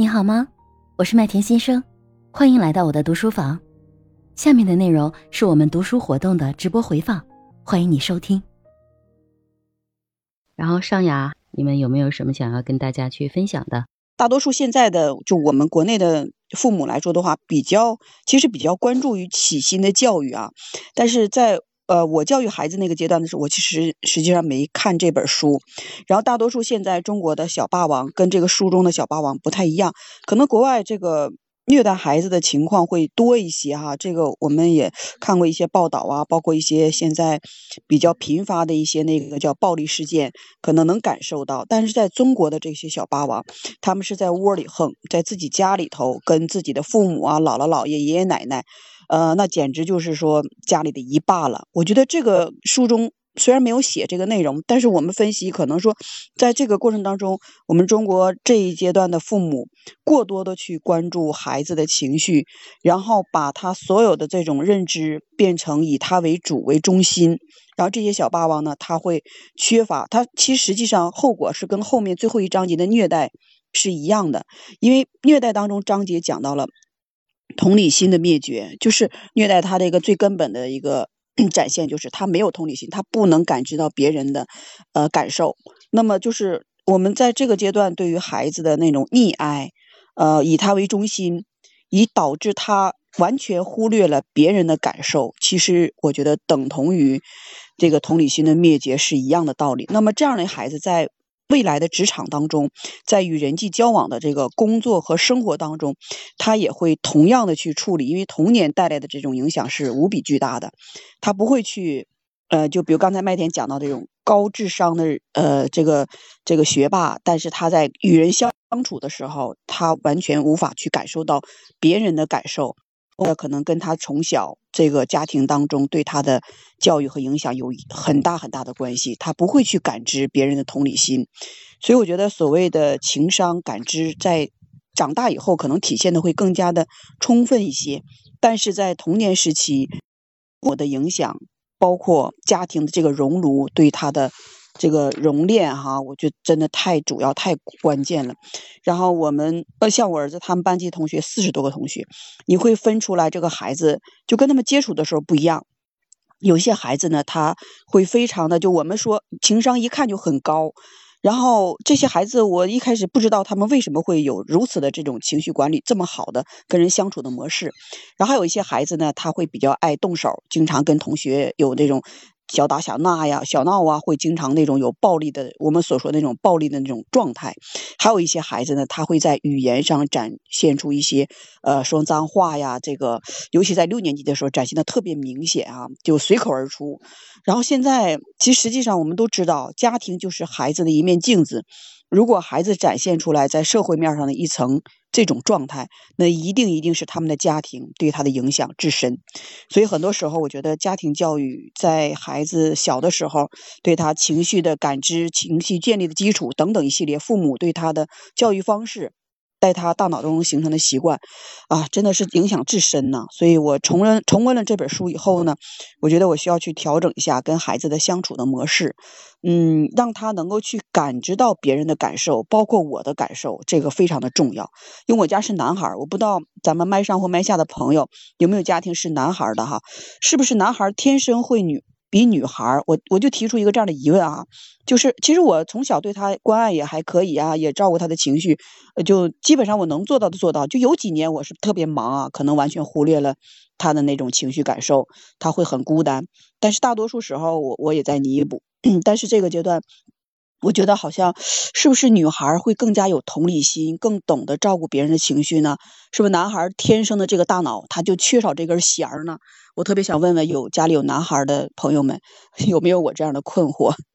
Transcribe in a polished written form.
你好吗？我是麦田先生，欢迎来到我的读书房。下面的内容是我们读书活动的直播回放，欢迎你收听。然后尚雅，你们有没有什么想要跟大家去分享的？ 大多数现在的就我们国内的父母来说的话，其实比较关注于起心的教育啊，但是在我教育孩子那个阶段的时候，我实际上没看这本书。然后大多数现在中国的小霸王跟这个书中的小霸王不太一样，可能国外这个虐待孩子的情况会多一些哈，这个我们也看过一些报道啊，包括一些现在比较频发的一些那个叫暴力事件，可能能感受到。但是在中国的这些小霸王，他们是在窝里横，在自己家里头跟自己的父母啊、姥姥姥爷、爷爷奶奶，那简直就是说家里的一霸了。我觉得这个书中虽然没有写这个内容，但是我们分析可能说，在这个过程当中，我们中国这一阶段的父母过多的去关注孩子的情绪，然后把他所有的这种认知变成以他为主为中心，然后这些小霸王呢，他会缺乏，他其实实际上后果是跟后面最后一章节的虐待是一样的，因为虐待当中章节讲到了同理心的灭绝，就是虐待他的一个最根本的一个展现，就是他没有同理心，他不能感知到别人的感受。那么就是我们在这个阶段对于孩子的那种溺爱，以他为中心，以导致他完全忽略了别人的感受，其实我觉得等同于这个同理心的灭绝是一样的道理。那么这样的孩子在未来的职场当中，在与人际交往的这个工作和生活当中，他也会同样的去处理，因为童年带来的这种影响是无比巨大的，他不会去就比如刚才麦田讲到这种高智商的这个学霸，但是他在与人相处的时候，他完全无法去感受到别人的感受，可能跟他从小这个家庭当中对他的教育和影响有很大很大的关系，他不会去感知别人的同理心。所以我觉得所谓的情商感知在长大以后可能体现的会更加的充分一些，但是在童年时期我的影响，包括家庭的这个熔炉对他的这个熔炼哈，我觉得真的太主要太关键了。然后我们像我儿子他们班级同学40多个同学，你会分出来这个孩子就跟他们接触的时候不一样。有些孩子呢，他会非常的，就我们说情商一看就很高，然后这些孩子我一开始不知道他们为什么会有如此的这种情绪管理这么好的跟人相处的模式。然后还有一些孩子呢，他会比较爱动手，经常跟同学有这种小打小闹呀、会经常那种有暴力的，我们所说的那种暴力的那种状态。还有一些孩子呢，他会在语言上展现出一些说脏话呀，这个尤其在6年级的时候展现的特别明显啊，就随口而出。然后现在其实实际上我们都知道，家庭就是孩子的一面镜子，如果孩子展现出来在社会面上的一层这种状态，那一定是他们的家庭对他的影响至深。所以很多时候我觉得家庭教育在孩子小的时候，对他情绪的感知、情绪建立的基础等等一系列，父母对他的教育方式，在他大脑中形成的习惯啊，真的是影响至深呢。所以我重温了这本书以后呢，我觉得我需要去调整一下跟孩子的相处的模式，让他能够去感知到别人的感受，包括我的感受，这个非常的重要。因为我家是男孩，我不知道咱们麦上或麦下的朋友有没有家庭是男孩的哈，是不是男孩天生会比女孩？我就提出一个这样的疑问啊，就是其实我从小对他关爱也还可以啊，也照顾他的情绪，就基本上我能做到的做到。就有几年我是特别忙啊，可能完全忽略了他的那种情绪感受，他会很孤单。但是大多数时候我也在弥补，但是这个阶段。我觉得好像是不是女孩会更加有同理心，更懂得照顾别人的情绪呢？是不是男孩天生的这个大脑他就缺少这根弦呢？我特别想问问家里有男孩的朋友们，有没有我这样的困惑？